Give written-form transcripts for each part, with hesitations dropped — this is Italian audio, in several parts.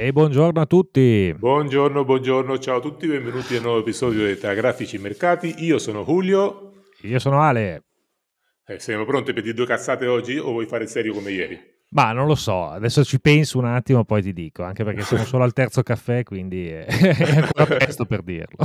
E buongiorno a tutti. Buongiorno, buongiorno, ciao a tutti, benvenuti a un nuovo episodio di Telegrafici Mercati. Io sono Julio. Io sono Ale. Siamo pronti per dire due cazzate oggi o vuoi fare il serio come ieri? Ma non lo so, adesso ci penso un attimo, poi ti dico, anche perché siamo solo al terzo caffè, quindi è ancora presto per dirlo.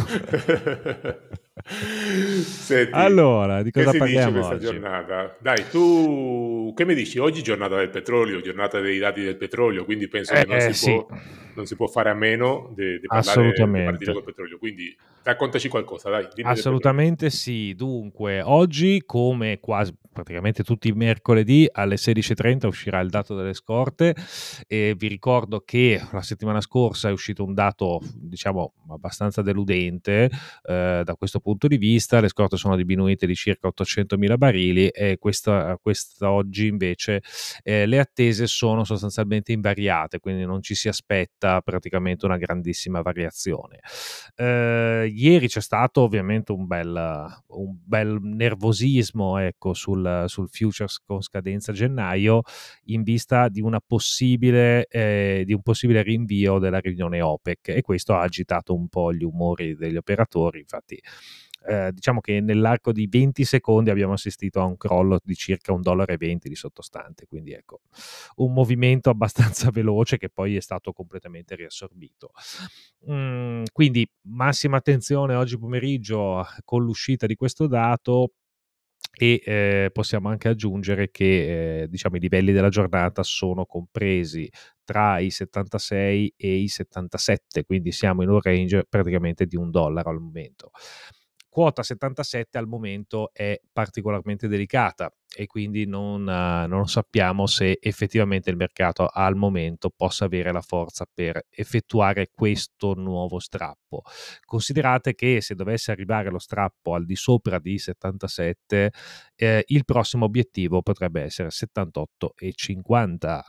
Senti, Allora, di che cosa si dice parliamo questa oggi? giornata? Dai, tu che mi dici? Oggi è giornata del petrolio, giornata dei dati del petrolio, quindi penso che Sì, non si può fare a meno di parlare, di partire assolutamente. col petrolio. Quindi raccontaci qualcosa, dai, dimmi del petrolio. Assolutamente sì. Dunque, oggi, come quasi praticamente tutti i mercoledì, alle 16:30 uscirà il dato delle scorte e vi ricordo che la settimana scorsa è uscito un dato, diciamo, abbastanza deludente, da questo punto di vista. Le scorte sono diminuite di circa 800.000 barili e quest'oggi invece, le attese sono sostanzialmente invariate, quindi non ci si aspetta praticamente una grandissima variazione. Ieri c'è stato ovviamente un bel nervosismo, ecco, sul futures con scadenza gennaio, in vista di un possibile rinvio della riunione OPEC, e questo ha agitato un po' gli umori degli operatori. Infatti, diciamo che nell'arco di 20 secondi abbiamo assistito a un crollo di circa $1,20 di sottostante, quindi ecco, un movimento abbastanza veloce che poi è stato completamente riassorbito. Quindi massima attenzione oggi pomeriggio con l'uscita di questo dato, e possiamo anche aggiungere che, diciamo, i livelli della giornata sono compresi tra i 76 e i 77, quindi siamo in un range praticamente di $1 al momento. Quota 77 al momento è particolarmente delicata e quindi non sappiamo se effettivamente il mercato al momento possa avere la forza per effettuare questo nuovo strappo. Considerate che se dovesse arrivare lo strappo al di sopra di 77, il prossimo obiettivo potrebbe essere 78,50.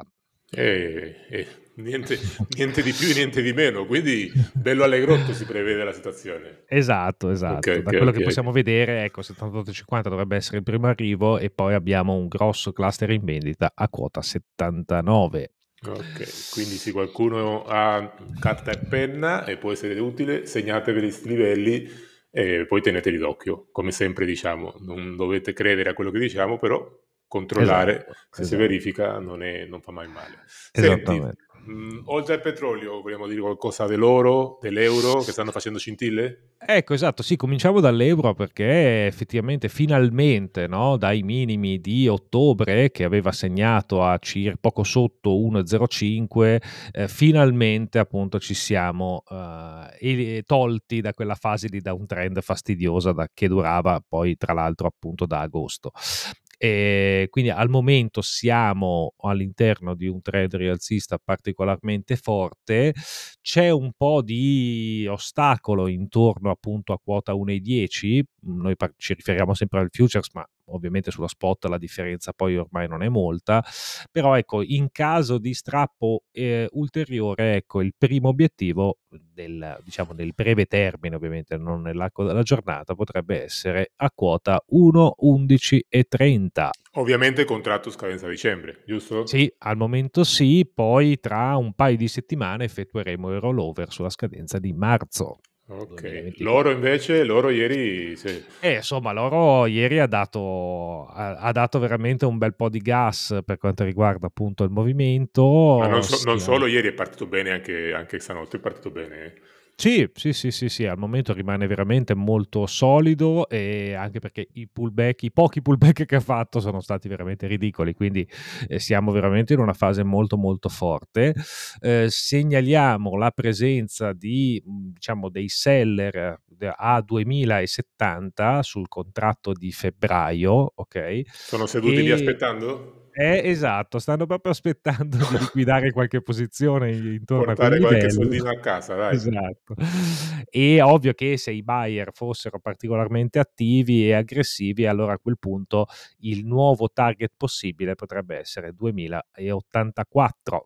Niente di più e niente di meno, quindi bello allegrotto si prevede la situazione. Esatto, Ok, esatto. ok, Da quello ok. che possiamo vedere, ecco, 78,50 dovrebbe essere il primo arrivo e poi abbiamo un grosso cluster in vendita a quota 79. Ok, quindi se qualcuno ha carta e penna e può essere utile, segnatevi questi livelli e poi teneteli d'occhio. Come sempre diciamo, non dovete credere a quello che diciamo, però controllare Esatto, se si esatto, verifica non fa mai male. Senti, esattamente. oltre al petrolio, vogliamo dire qualcosa dell'oro, dell'euro che stanno facendo scintille? Ecco, esatto, sì, cominciamo dall'euro perché effettivamente finalmente, no, dai minimi di ottobre che aveva segnato a poco sotto 1,05, finalmente appunto ci siamo tolti da quella fase di downtrend fastidiosa che durava poi tra l'altro appunto da agosto. E quindi al momento siamo all'interno di un trend rialzista particolarmente forte. C'è un po' di ostacolo intorno appunto a quota 1,10. Noi ci riferiamo sempre al futures, ma ovviamente sulla spot la differenza poi ormai non è molta, però ecco, in caso di strappo ulteriore, ecco, il primo obiettivo diciamo nel breve termine, ovviamente non nell'arco della giornata, potrebbe essere a quota 1,1130. Ovviamente contratto scadenza dicembre, giusto? Sì, al momento sì, poi tra un paio di settimane effettueremo il rollover sulla scadenza di marzo Ok, l'oro 2024. invece, l'oro ieri, E insomma, l'oro ieri ha dato veramente un bel po' di gas per quanto riguarda appunto il ma movimento. non Sia solo ieri è partito bene, anche stanotte è partito bene. Sì, sì, sì, sì, sì, al momento rimane veramente molto solido, e anche perché i pochi pullback che ha fatto sono stati veramente ridicoli, quindi siamo veramente in una fase molto molto forte. Segnaliamo la presenza di, diciamo, dei seller a 2070 sul contratto di febbraio, ok? Sono seduti lì E aspettando? esatto, stanno proprio aspettando di liquidare qualche posizione intorno a quel Portare qualche livello. soldino a casa, dai. Esatto. E ovvio che se i buyer fossero particolarmente attivi e aggressivi, allora a quel punto il nuovo target possibile potrebbe essere 2084.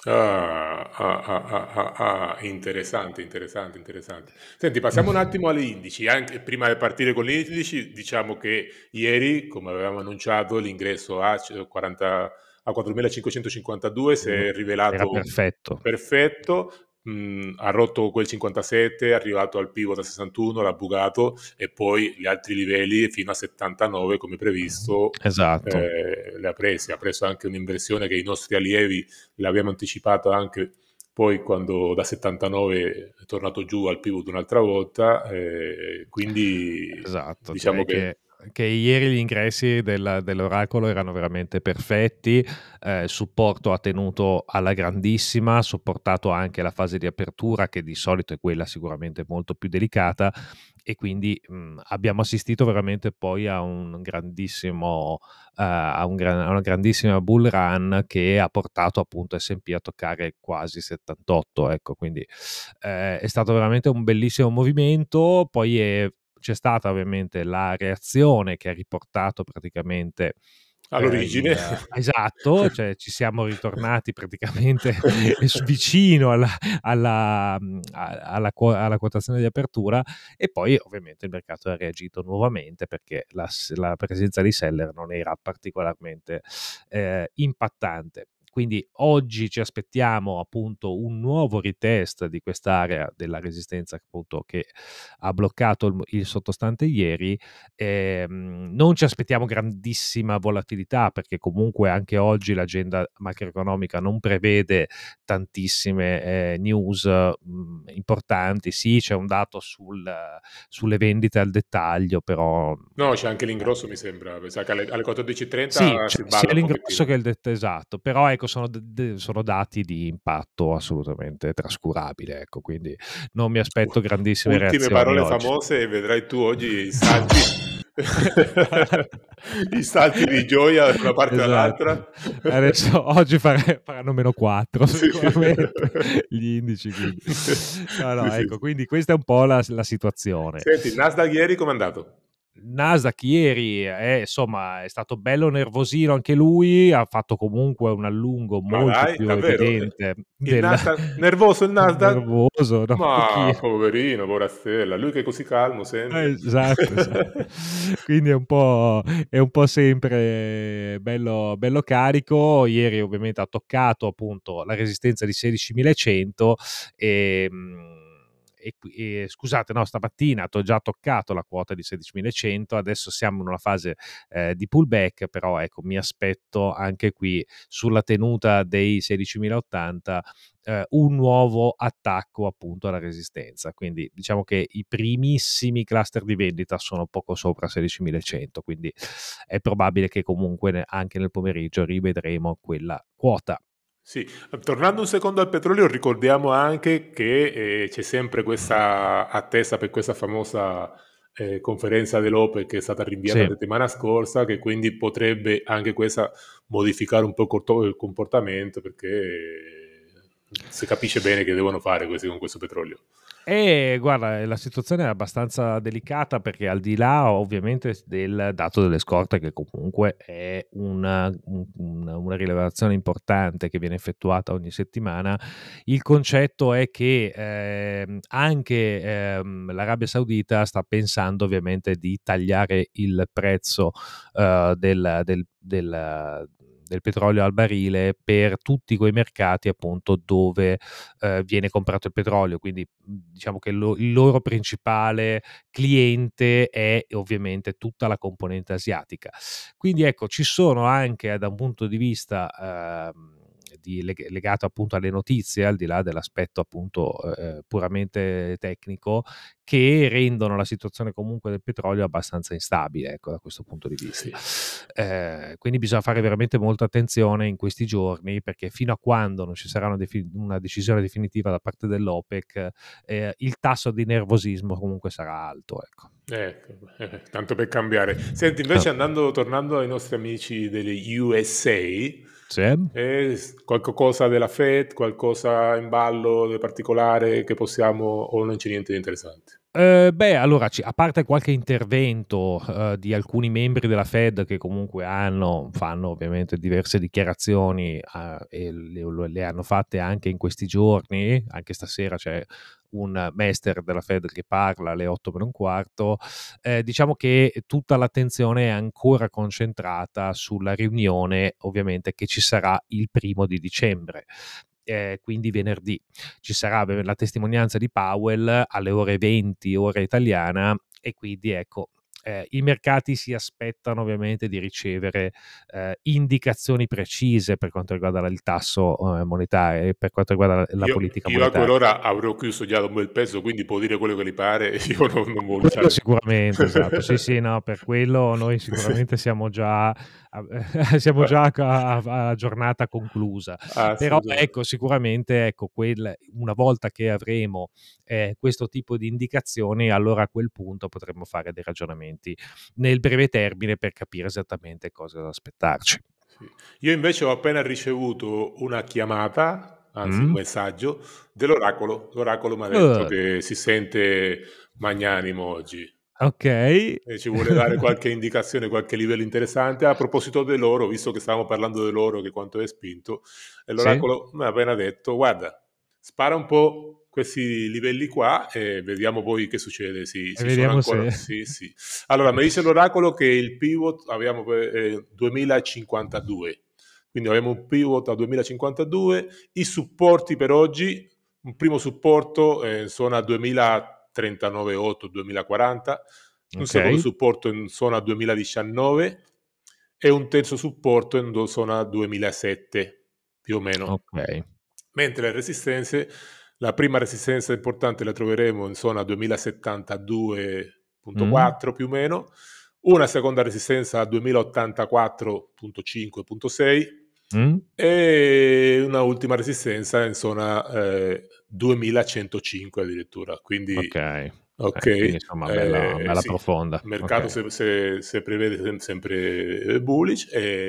Interessante, interessante, interessante. Senti, passiamo un attimo alle indici. Anche prima di partire con gli indici, diciamo che ieri, come avevamo annunciato, l'ingresso a a 4.552, si è Era rivelato perfetto. perfetto. Ha rotto quel 57, è arrivato al pivot a 61, l'ha bucato, e poi gli altri livelli fino a 79 come previsto Esatto. le ha preso anche un'inversione che i nostri allievi l'abbiamo anticipato anche poi quando da 79 è tornato giù al pivot un'altra volta, quindi Esatto, diciamo direi che che ieri gli ingressi dell'Oracolo erano veramente perfetti, il supporto ha tenuto alla grandissima, ha supportato anche la fase di apertura che di solito è quella sicuramente molto più delicata, e quindi abbiamo assistito veramente poi a un grandissimo a una grandissima bull run che ha portato appunto S&P a toccare quasi 78, ecco, quindi è stato veramente un bellissimo movimento. Poi c'è stata ovviamente la reazione che ha riportato praticamente all'origine. esatto, cioè ci siamo ritornati praticamente vicino alla quotazione di apertura, e poi ovviamente il mercato ha reagito nuovamente perché la presenza di seller non era particolarmente impattante. Quindi oggi ci aspettiamo appunto un nuovo retest di quest'area della resistenza appunto che ha bloccato il sottostante ieri. Non ci aspettiamo grandissima volatilità perché comunque anche oggi l'agenda macroeconomica non prevede tantissime news importanti. Sì, c'è un dato sulle vendite al dettaglio, però No, c'è anche l'ingrosso, mi sembra. Mi sa che alle sì, 14.30 si sia balla un l'ingrosso pochettino. che il detto esatto, però ecco sono dati di impatto assolutamente trascurabile, ecco, quindi non mi aspetto grandissime Ultime reazioni parole oggi. famose, e vedrai tu oggi i salti, i salti di gioia da una parte Esatto. all'altra. Adesso oggi faranno -4 Sì. sicuramente gli indici, quindi no, Sì, no, sì. ecco, quindi questa è un po' la situazione. Senti, il Nasdaq ieri com'è andato? Nasdaq ieri insomma è stato bello nervosino anche lui, ha fatto comunque un allungo Ma molto dai, più davvero? evidente Il del Nasdaq nervoso, il Nasdaq? nervoso, no, un Ma pochino. poverino, povera stella, lui che è così calmo sempre. Esatto, esatto. Quindi è un po' sempre bello carico. Ieri ovviamente ha toccato appunto la resistenza di 16.100, scusate, no, stamattina ha già toccato la quota di 16.100, adesso siamo in una fase di pullback, però ecco, mi aspetto anche qui sulla tenuta dei 16.080 un nuovo attacco appunto alla resistenza. Quindi diciamo che i primissimi cluster di vendita sono poco sopra 16.100, quindi è probabile che comunque anche nel pomeriggio rivedremo quella quota. Sì, tornando un secondo al petrolio, ricordiamo anche che c'è sempre questa attesa per questa famosa conferenza dell'OPEC che è stata rinviata Sì. la settimana scorsa, che quindi potrebbe anche questa modificare un po' il comportamento, perché si capisce bene che devono fare questi con questo petrolio. Guarda, la situazione è abbastanza delicata perché al di là ovviamente del dato delle scorte, che comunque è una rilevazione importante che viene effettuata ogni settimana, il concetto è che anche l'Arabia Saudita sta pensando ovviamente di tagliare il prezzo del petrolio al barile per tutti quei mercati appunto dove viene comprato il petrolio, quindi diciamo che il loro principale cliente è ovviamente tutta la componente asiatica. Quindi ecco, ci sono anche da un punto di vista legato appunto alle notizie, al di là dell'aspetto appunto puramente tecnico, che rendono la situazione comunque del petrolio abbastanza instabile, ecco, da questo punto di vista. Sì. Quindi bisogna fare veramente molta attenzione in questi giorni, perché fino a quando non ci sarà una decisione definitiva da parte dell'OPEC, il tasso di nervosismo comunque sarà alto, ecco. Tanto per cambiare. Senti, invece tornando ai nostri amici degli USA, Sì. qualcosa della Fed, qualcosa in ballo di particolare che possiamo, o non c'è niente di interessante? Beh, allora a parte qualche intervento, di alcuni membri della Fed che comunque fanno ovviamente diverse dichiarazioni, e le hanno fatte anche in questi giorni, anche stasera c'è un master della Fed che parla alle 8 meno un quarto, diciamo che tutta l'attenzione è ancora concentrata sulla riunione, ovviamente, che ci sarà il 1 dicembre. Quindi venerdì ci sarà la testimonianza di Powell alle ore 20 ora italiana, e quindi ecco, i mercati si aspettano ovviamente di ricevere indicazioni precise per quanto riguarda il tasso monetario e per quanto riguarda la politica Io a monetaria. quell'ora avrò chiuso già da un bel pezzo, quindi può dire quello che gli pare, io non voglio Quello stare. sicuramente, esatto. Sì, sì, no, per quello noi sicuramente siamo già siamo già a giornata conclusa. Però Assolutamente. ecco, sicuramente ecco, una volta che avremo questo tipo di indicazioni, allora a quel punto potremo fare dei ragionamenti nel breve termine per capire esattamente cosa aspettarci. Sì. Io invece ho appena ricevuto una chiamata, anzi un Mh. messaggio, dell'oracolo. L'oracolo mi ha detto Uh, che si sente magnanimo oggi okay. e ci vuole dare qualche indicazione, qualche livello interessante. A proposito dell'oro, visto che stavamo parlando dell'oro, che quanto è spinto, e Sì, l'oracolo mi ha appena detto, guarda, spara un po' questi livelli qua e vediamo poi che succede, e si sono vediamo ancora. se Sì, sì. Allora, mi dice l'oracolo che il pivot abbiamo 2052, quindi abbiamo un pivot a 2052, i supporti per oggi, un primo supporto in zona 2039,8, 2040, un secondo okay, supporto in zona 2019 e un terzo supporto in zona 2007, più o meno. okay. Mentre le resistenze, la prima resistenza importante la troveremo in zona Mh, 2072,4 più o meno, una seconda resistenza a 2084,5.6 mh. e una ultima resistenza in zona 2105 addirittura. Quindi, Okay, ok, quindi insomma bella sì, il profonda. mercato Okay. se prevede sempre bullish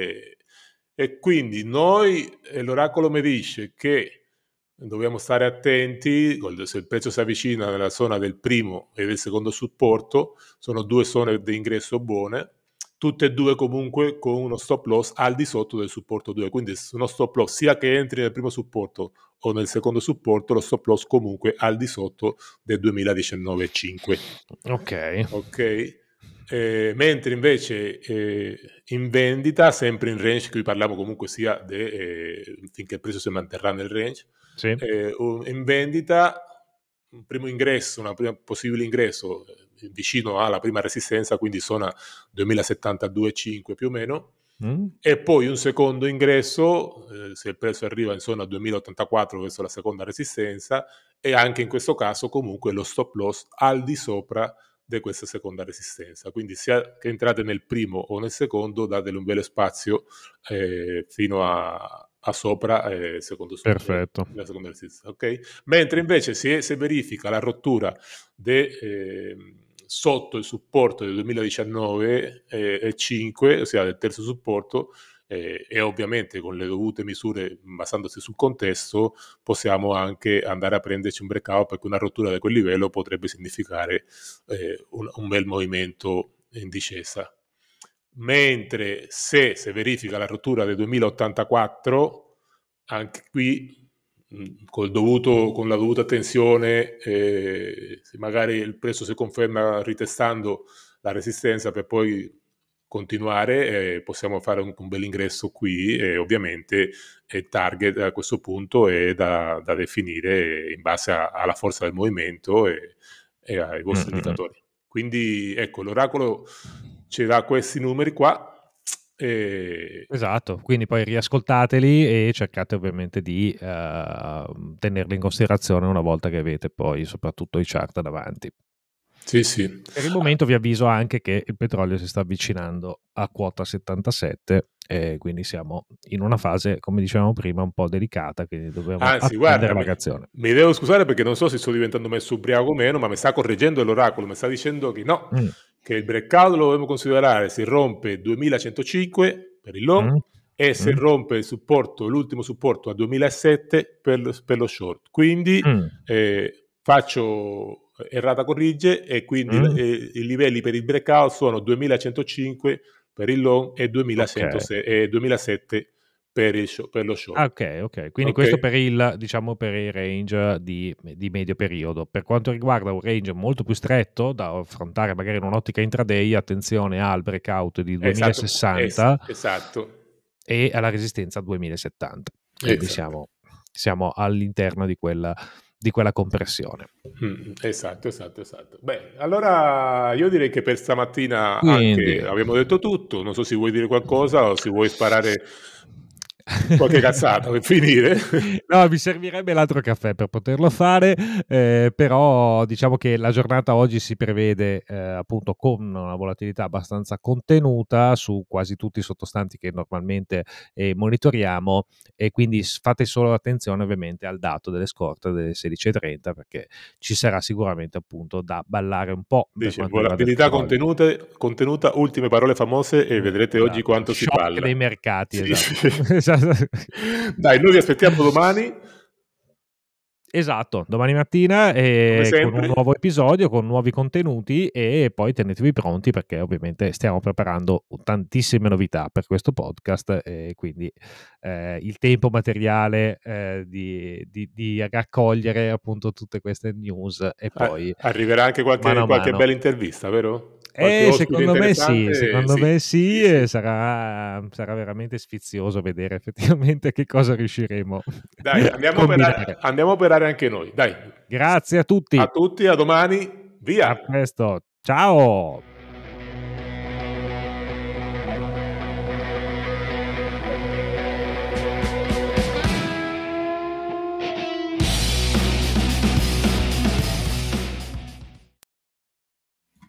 e quindi noi, l'oracolo mi dice che dobbiamo stare attenti, se il prezzo si avvicina nella zona del primo e del secondo supporto, sono due zone di ingresso buone, tutte e due comunque con uno stop loss al di sotto del supporto 2, quindi uno stop loss sia che entri nel primo supporto o nel secondo supporto, lo stop loss comunque al di sotto del 2019,5. Okay. Ok? Mentre invece in vendita, sempre in range, qui parliamo comunque sia finché il prezzo si manterrà nel range, Sì. in vendita un primo ingresso, un primo possibile ingresso vicino alla prima resistenza, quindi zona 2072,5 più o meno, Mh. e poi un secondo ingresso, se il prezzo arriva in zona 2084 verso la seconda resistenza, e anche in questo caso comunque lo stop loss al di sopra di questa seconda resistenza. Quindi sia che entrate nel primo o nel secondo, datele un bel spazio fino a sopra Perfetto. la seconda resistenza. Okay? Mentre invece se verifica la rottura sotto il supporto del 2019 e 5, ossia del terzo supporto, e ovviamente con le dovute misure basandosi sul contesto possiamo anche andare a prenderci un breakout, perché una rottura di quel livello potrebbe significare un bel movimento in discesa. Mentre se verifica la rottura del 2084, anche qui con la dovuta attenzione, se magari il prezzo si conferma ritestando la resistenza per poi continuare, possiamo fare un bel ingresso qui e ovviamente il target a questo punto è da definire in base alla forza del movimento e ai vostri Mh. indicatori. Quindi ecco, l'oracolo ci dà questi numeri qua e Esatto, quindi poi riascoltateli e cercate ovviamente di, tenerli in considerazione una volta che avete poi soprattutto i chart davanti. sì, sì. Per il momento vi avviso anche che il petrolio si sta avvicinando a quota 77 e quindi siamo in una fase, come dicevamo prima, un po' delicata, quindi dobbiamo Anzi, attendere guarda, la reazione. mi devo scusare perché non so se sto diventando messo ubriaco o meno, ma mi sta correggendo l'oracolo, mi sta dicendo che no, Mh, che il breakout lo dobbiamo considerare se rompe 2105 per il long mh, e se mh, rompe il supporto, l'ultimo supporto a 2007 per lo short. Quindi mh, faccio errata corrige e quindi mh. i livelli per il breakout sono 2105 per il long e Okay, 2007 per lo Ah, short. ok. Quindi questo Ok? per il, diciamo, per il range di medio periodo. Per quanto riguarda un range molto più stretto da affrontare magari in un'ottica intraday, attenzione al breakout di Esatto, 2060 esatto, e alla resistenza 2070. Quindi esatto. siamo all'interno di quella compressione. Esatto, esatto, esatto. Beh, allora io direi che per stamattina Quindi anche abbiamo detto tutto. Non so se vuoi dire qualcosa o se vuoi sparare qualche cazzata per finire. no, mi servirebbe l'altro caffè per poterlo fare, però diciamo che la giornata oggi si prevede appunto con una volatilità abbastanza contenuta su quasi tutti i sottostanti che normalmente monitoriamo, e quindi fate solo attenzione ovviamente al dato delle scorte delle 16:30, perché ci sarà sicuramente appunto da ballare un po' per Dice, quanto riguarda il volatilità petrolio. contenuta, ultime parole famose e vedrete oggi Esatto, quanto si shock balla. dei mercati, Sì, esatto. sì. Esatto. Dai, noi vi aspettiamo domani, Esatto, domani mattina, come con un sempre. nuovo episodio, con nuovi contenuti, e poi tenetevi pronti perché ovviamente stiamo preparando tantissime novità per questo podcast, e quindi il tempo materiale di raccogliere appunto tutte queste news e poi Arriverà anche mano a qualche mano. bella intervista, vero? Qualche ospite interessante? Secondo Sì, me sì, sì, e sì. sarà veramente sfizioso vedere effettivamente che cosa riusciremo Dai, a combinare. andiamo a operare anche noi. Dai, Grazie a a tutti, tutti, a domani, a via! presto, ciao!